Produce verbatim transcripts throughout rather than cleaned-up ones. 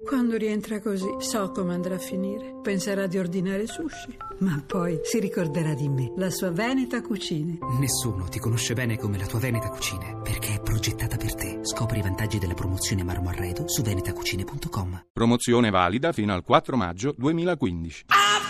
Quando rientra così, so come andrà a finire. Penserà di ordinare sushi, ma poi si ricorderà di me, la sua Veneta Cucine. Nessuno ti conosce bene come la tua Veneta Cucine, perché è progettata per te. Scopri i vantaggi della promozione Marmo Arredo su venetacucine punto com. Promozione valida fino al quattro maggio duemilaquindici.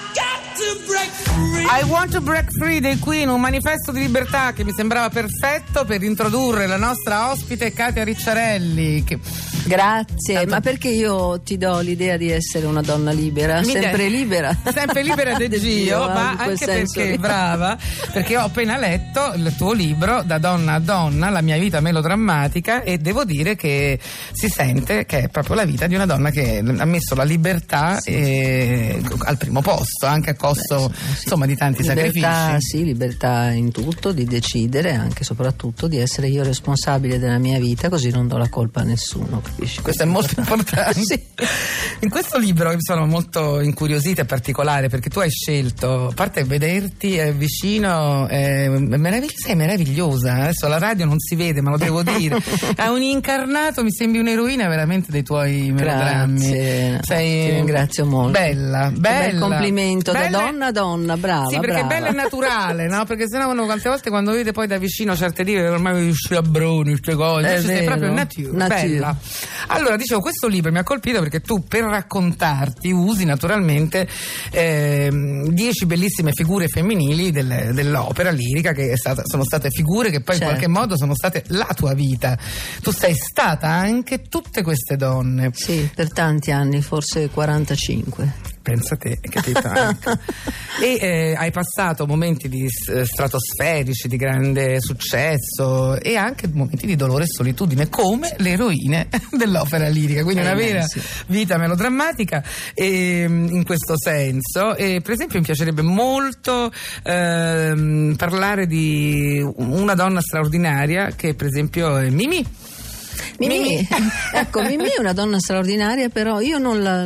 I Want to Break Free dei Queen, un manifesto di libertà che mi sembrava perfetto per introdurre la nostra ospite Katia Ricciarelli. Che... Grazie, Tanto... ma perché io ti do l'idea di essere una donna libera, Mi sempre de... libera. Sempre libera de Gio, ma anche perché, brava, perché ho appena letto il tuo libro Da donna a donna, la mia vita melodrammatica, e devo dire che si sente che è proprio la vita di una donna che ha messo la libertà sì. e... al primo posto, anche a costo Beh, sì. insomma di tanti libertà, sacrifici. Sì, libertà in tutto, di decidere, anche e soprattutto di essere io responsabile della mia vita, così non do la colpa a nessuno, capisci? Questo è molto importante. Sì. In questo libro mi sono molto incuriosita e particolare perché tu hai scelto, a parte vederti è vicino, è meravigli- sei meravigliosa, adesso la radio non si vede ma lo devo dire, ha un incarnato, mi sembri un'eroina veramente dei tuoi melodrammi. Grazie, sei ti ringrazio molto. Bella, bella. Bel complimento, bella... da donna a donna, brava. Sì, perché brava. bella e naturale, no? Perché sennò uno quante volte quando vede poi da vicino certe dive ormai gli sciabroni, queste cose, invece sei proprio natura, natura. Bella. Allora, dicevo, questo libro mi ha colpito perché tu per raccontarti usi naturalmente eh, dieci bellissime figure femminili del, dell'opera lirica, che è stata, sono state figure che poi certo. in qualche modo sono state la tua vita. Tu sei stata anche tutte queste donne. Sì, per tanti anni, forse quarantacinque. Pensa te, capito? E eh, hai passato momenti di eh, stratosferici, di grande successo e anche momenti di dolore e solitudine, come le eroine dell'opera lirica, quindi eh, una vera sì. vita melodrammatica e, in questo senso. E per esempio mi piacerebbe molto ehm, parlare di una donna straordinaria che per esempio è Mimì. Mimì, Mimì. ecco, Mimì è una donna straordinaria, però io non la,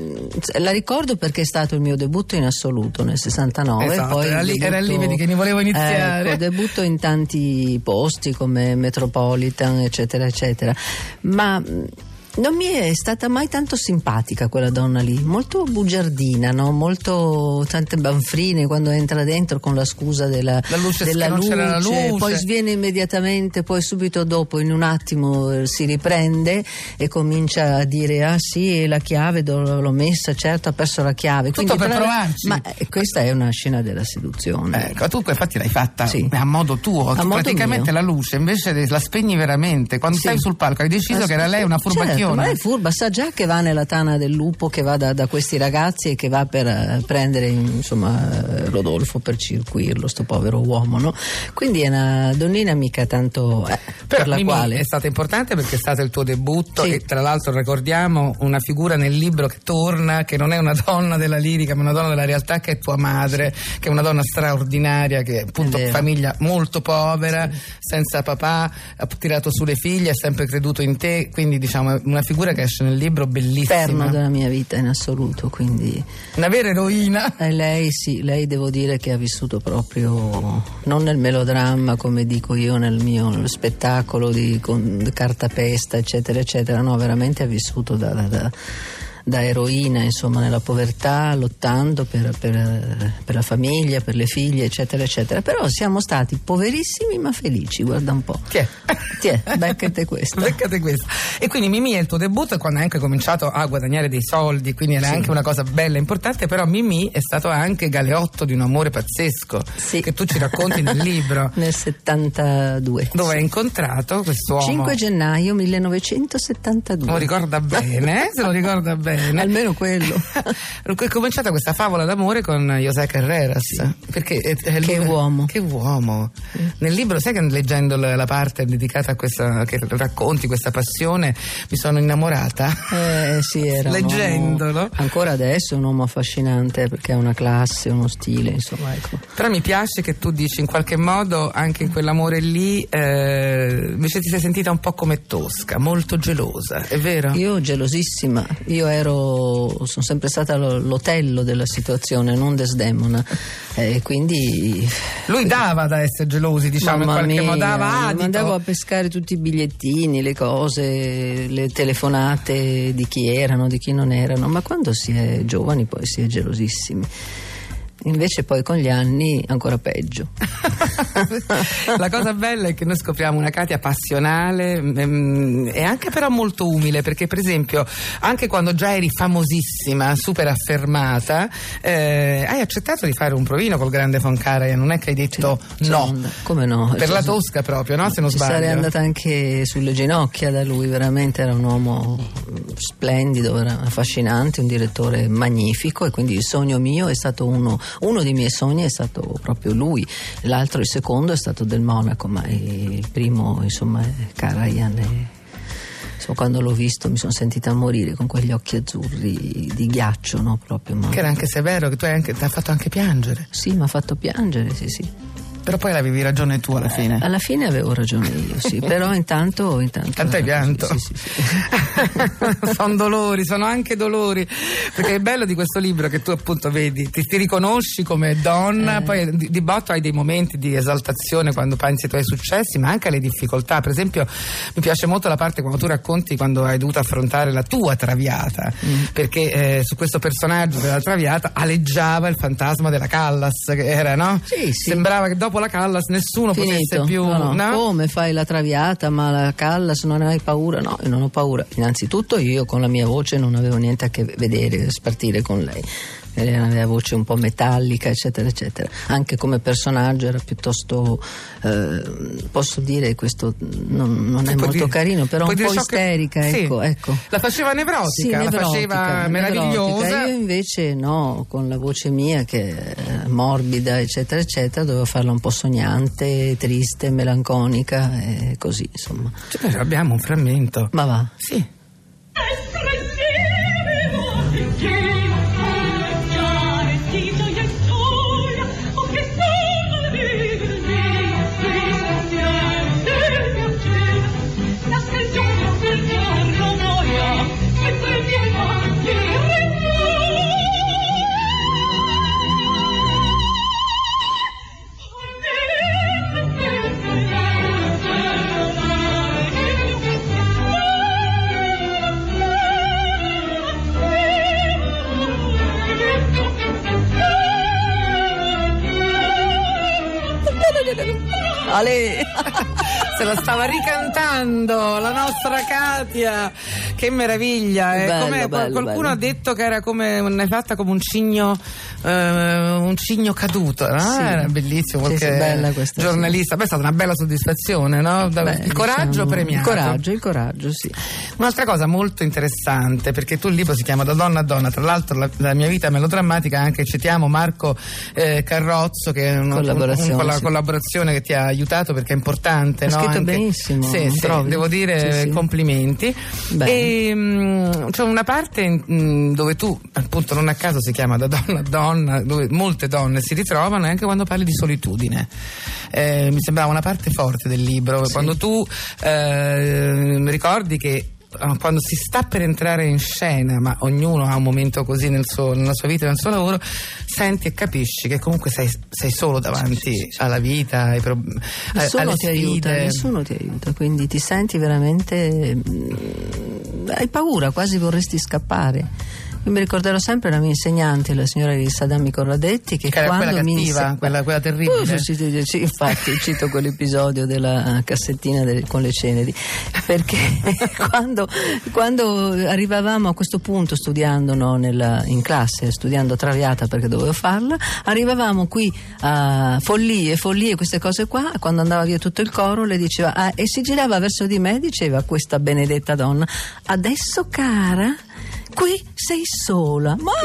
la ricordo perché è stato il mio debutto in assoluto nel sessantanove. Esatto, poi era, lì, debutto, era lì, vedi che ne volevo iniziare. Ecco, debutto in tanti posti come Metropolitan, eccetera, eccetera. Ma non mi è stata mai tanto simpatica quella donna lì, molto bugiardina, no? Molto tante banfrine quando entra dentro con la scusa della, la luce, della luce, la luce, poi sviene immediatamente, poi subito dopo in un attimo si riprende e comincia a dire ah sì, la chiave l'ho messa, certo ha perso la chiave. Tutto Quindi, per tra... provarci. Ma questa è una scena della seduzione. Ecco, tu infatti l'hai fatta sì. a modo tuo, a tu modo praticamente mio. La luce invece la spegni veramente, quando sì. stai sul palco hai deciso As- che era lei una furbacchiona. Certo, ma lei è furba, sa già che va nella tana del lupo, che va da, da questi ragazzi e che va per uh, prendere insomma Rodolfo per circuirlo, sto povero uomo, no? Quindi è una donnina mica tanto eh, Però per la Mimì quale è stata importante perché è stato il tuo debutto sì. e tra l'altro ricordiamo una figura nel libro che torna, che non è una donna della lirica ma una donna della realtà, che è tua madre, sì. che è una donna straordinaria, che appunto famiglia molto povera, sì. senza papà, ha tirato su le figlie, ha sempre creduto in te, quindi diciamo una figura che esce nel libro bellissima, perno della mia vita in assoluto, quindi una vera eroina. E lei sì, lei devo dire che ha vissuto proprio non nel melodramma come dico io nel mio spettacolo di con, cartapesta eccetera eccetera, no, veramente ha vissuto da, da, da da eroina, insomma, nella povertà, lottando per, per, per la famiglia, per le figlie, eccetera, eccetera. Però siamo stati poverissimi ma felici, guarda un po'. Ti è? Ti è, beccate questo. Beccate questo. E quindi Mimì è il tuo debutto quando hai anche cominciato a guadagnare dei soldi, quindi era sì. anche una cosa bella e importante, però Mimì è stato anche galeotto di un amore pazzesco, sì. che tu ci racconti nel libro. Nel settantadue. Dove sì. hai incontrato quest'uomo? cinque gennaio millenovecentosettantadue. Lo ricorda bene, se lo ricorda bene. Almeno quello. È cominciata questa favola d'amore con José Carreras, sì. perché è, è che lui, uomo che uomo mm. Nel libro, sai che leggendo la, la parte dedicata a questa, che racconti questa passione, mi sono innamorata eh sì, era leggendolo. Uomo, ancora adesso è un uomo affascinante perché ha una classe, uno stile, insomma, ecco. Però mi piace che tu dici in qualche modo anche in quell'amore lì eh, invece ti sei sentita un po' come Tosca, molto gelosa, è vero? Io gelosissima, io ero ero, sono sempre stata l'Otello della situazione, non Desdemona, e quindi lui dava da essere gelosi, diciamo, mamma in qualche mia, modo dava adito. Mandavo a pescare tutti i bigliettini, le cose, le telefonate di chi erano, di chi non erano, ma quando si è giovani poi si è gelosissimi. Invece poi con gli anni ancora peggio. La cosa bella è che noi scopriamo una Katia passionale ehm, e anche però molto umile, perché per esempio anche quando già eri famosissima, super affermata, eh, hai accettato di fare un provino col grande von Karajan, non è che hai detto sì, no, cioè, come no? Per cioè, la Tosca proprio, no? Se non ci sbaglio. Sarei andata anche sulle ginocchia da lui, veramente era un uomo splendido, era affascinante, un direttore magnifico, e quindi il sogno mio è stato uno Uno dei miei sogni è stato proprio lui, l'altro, il secondo, è stato del Monaco, ma il primo, insomma, è Karajan. E, insomma, quando l'ho visto mi sono sentita morire con quegli occhi azzurri di ghiaccio, no? Proprio, ma... Che era anche severo, che tu hai anche, ti ha fatto anche piangere. Sì, mi ha fatto piangere, sì, sì. Però poi avevi ragione tu alla fine. Eh, alla fine avevo ragione io, sì, però intanto... intanto Tanto hai pianto. Sì, sì, sì. Sono dolori, sono anche dolori, perché è bello di questo libro che tu appunto vedi, ti, ti riconosci come donna, eh. poi di, di botto hai dei momenti di esaltazione quando pensi ai tuoi successi, ma anche alle difficoltà. Per esempio mi piace molto la parte quando tu racconti quando hai dovuto affrontare la tua Traviata, mm. perché eh, su questo personaggio della Traviata aleggiava il fantasma della Callas, che era, no? Sì, sì. Sembrava che dopo la Callas nessuno Finito. potesse più, no, no. no? Come fai la Traviata, ma la Callas non ne hai paura? No, io non ho paura. Innanzitutto io con la mia voce non avevo niente a che vedere, spartire con lei. Lei aveva voce un po' metallica, eccetera eccetera. Anche come personaggio era piuttosto eh, posso dire questo non, non è molto dire, carino, però un po' isterica, che, ecco, sì. ecco. La faceva nevrotica, sì, la nevrotica, faceva meravigliosa. Nevrotica. Io invece no, con la voce mia che è morbida, eccetera eccetera, dovevo farla un po' sognante, triste, melanconica e così, insomma. Cioè, abbiamo un frammento. Ma va. Sì. Ale. Se la stava ricantando la nostra Katia, che meraviglia, eh. Bello, Com'è? bello, Qualcuno bello. ha detto che era come ne fatta come un cigno eh, un cigno caduto, no? Sì. Era bellissimo, Sì, qualche sì, bella questa, giornalista. Beh, è stata una bella soddisfazione, no? Beh, il coraggio diciamo, premiato. Il coraggio, il coraggio, sì. Un'altra cosa molto interessante, perché tu il libro si chiama Da donna a donna, tra l'altro la, la mia vita melodrammatica, anche citiamo Marco eh, Carrozzo, che è un, collaborazione, un, un, con sì. collaborazione che ti ha aiutato, perché è importante, Ha no? scritto Anche, benissimo, sì, sì, trovi? devo dire Sì, sì. complimenti. Bene. E mh, c'è una parte mh, dove tu, appunto, non a caso si chiama Da donna a donna, dove molte donne si ritrovano, e anche quando parli di solitudine. Eh, mi sembrava una parte forte del libro, Sì. quando tu eh, ricordi che quando si sta per entrare in scena, ma ognuno ha un momento così nel suo, nella sua vita e nel suo lavoro, senti e capisci che comunque sei, sei solo davanti sì, sì, sì. alla vita, ai pro, nessuno alle ti sfide. aiuta, nessuno ti aiuta, quindi ti senti veramente mh, hai paura, quasi vorresti scappare. Io mi ricorderò sempre la mia insegnante, la signora Elissa D'Ami Corradetti, che, che era quando quella mi cattiva, inse... quella, quella terribile. Uh, sì, sì, sì, infatti cito quell'episodio della cassettina del, con le ceneri, perché quando, quando arrivavamo a questo punto studiando, no, nella, in classe, studiando Traviata perché dovevo farla, arrivavamo qui a follie, follie, queste cose qua, quando andava via tutto il coro le diceva, ah, e si girava verso di me e diceva, questa benedetta donna, adesso cara, qui sei sola. Ma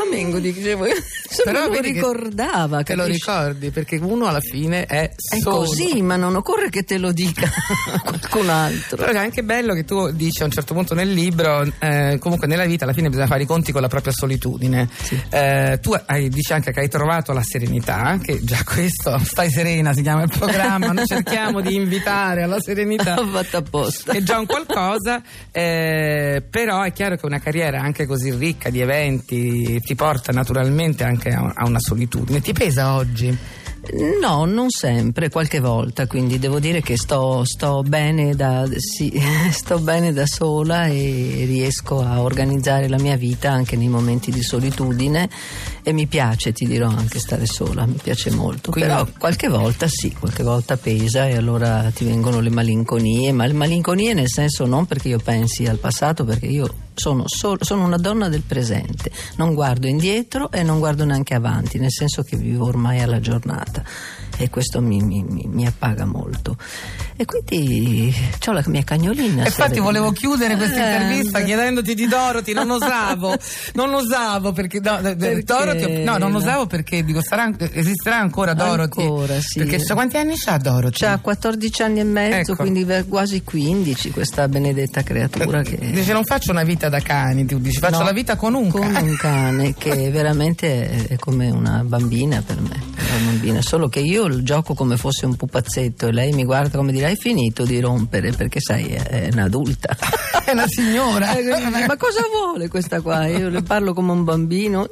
Flamengo, dicevo, però non lo vedi che ricordava. Te lo capisci? ricordi, perché uno alla fine è È solo. così, ma non occorre che te lo dica qualcun altro. Però è anche bello che tu dici a un certo punto nel libro, eh, comunque nella vita alla fine bisogna fare i conti con la propria solitudine. Sì. Eh, tu hai, dici anche che hai trovato la serenità, che già questo, Stai Serena si chiama il programma, noi cerchiamo di invitare alla serenità. Ho fatto apposta. È già un qualcosa, eh, però è chiaro che una carriera anche così ricca di eventi ti porta naturalmente anche a, a una solitudine. Ti pesa oggi? No, non sempre, qualche volta, quindi devo dire che sto, sto bene da sì, sto bene da sola e riesco a organizzare la mia vita anche nei momenti di solitudine e mi piace, ti dirò, anche stare sola, mi piace molto. Quindi... Però qualche volta sì, qualche volta pesa e allora ti vengono le malinconie, ma le malinconie nel senso non perché io pensi al passato, perché io sono, solo, sono una donna del presente, non guardo indietro e non guardo neanche avanti, nel senso che vivo ormai alla giornata e questo mi, mi, mi appaga molto e quindi c'ho la mia cagnolina. Infatti Serena. volevo chiudere questa Eh, intervista beh. chiedendoti di Dorothy, non osavo non osavo perché, no, Perché? Dorothy, no non No. osavo perché dico sarà, esisterà ancora Dorothy, Ancora, sì. perché cioè, quanti anni c'ha Dorothy? C'ha quattordici anni e mezzo, Ecco. quindi ver- quasi quindici, questa benedetta creatura che Dice non faccio una vita da cani, tu dici faccio No, la vita con un con cane. un cane che veramente è, è come una bambina per me, una bambina, solo che io gioco come fosse un pupazzetto e lei mi guarda come dire hai finito di rompere, perché sai è, è un'adulta. È una signora. E quindi dice, ma cosa vuole questa qua? Io le parlo come un bambino,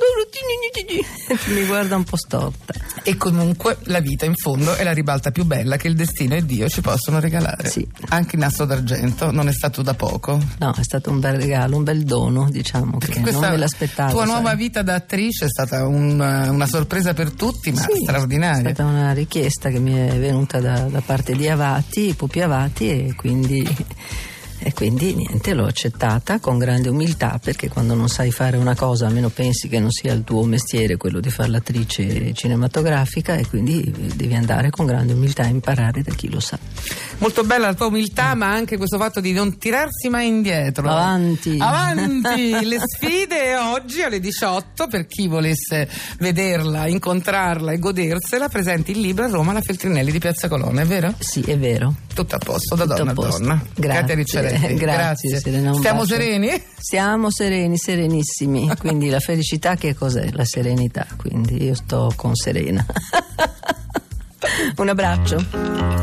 mi guarda un po' storta. E comunque la vita in fondo è la ribalta più bella che il destino e Dio ci possono regalare. Sì. Anche il nastro d'argento non è stato da poco. No, è stato un bel regalo, un bel dono, diciamo, che non Questa me l'aspettavo. tua sai. nuova vita da attrice è stata un- una sorpresa per tutti, ma Sì, straordinaria. è stata una richiesta che mi è venuta da, da parte di Avati, Pupi Avati, e quindi, e quindi niente, l'ho accettata con grande umiltà, perché quando non sai fare una cosa, almeno pensi che non sia il tuo mestiere quello di fare l'attrice cinematografica, e quindi devi andare con grande umiltà a imparare da chi lo sa. Molto bella la tua umiltà, ma anche questo fatto di non tirarsi mai indietro. Avanti. Avanti! Le sfide oggi alle diciotto, per chi volesse vederla, incontrarla e godersela, presenti il libro a Roma, la Feltrinelli di Piazza Colonna, è vero? Sì, è vero. Tutto a posto, da Tutto donna a posto. a donna. Grazie. Katia Ricciaretti. Grazie, Serena, un Stiamo bacio. sereni? Siamo sereni, serenissimi. Quindi la felicità che cos'è? La serenità. Quindi io sto con Serena. Un abbraccio.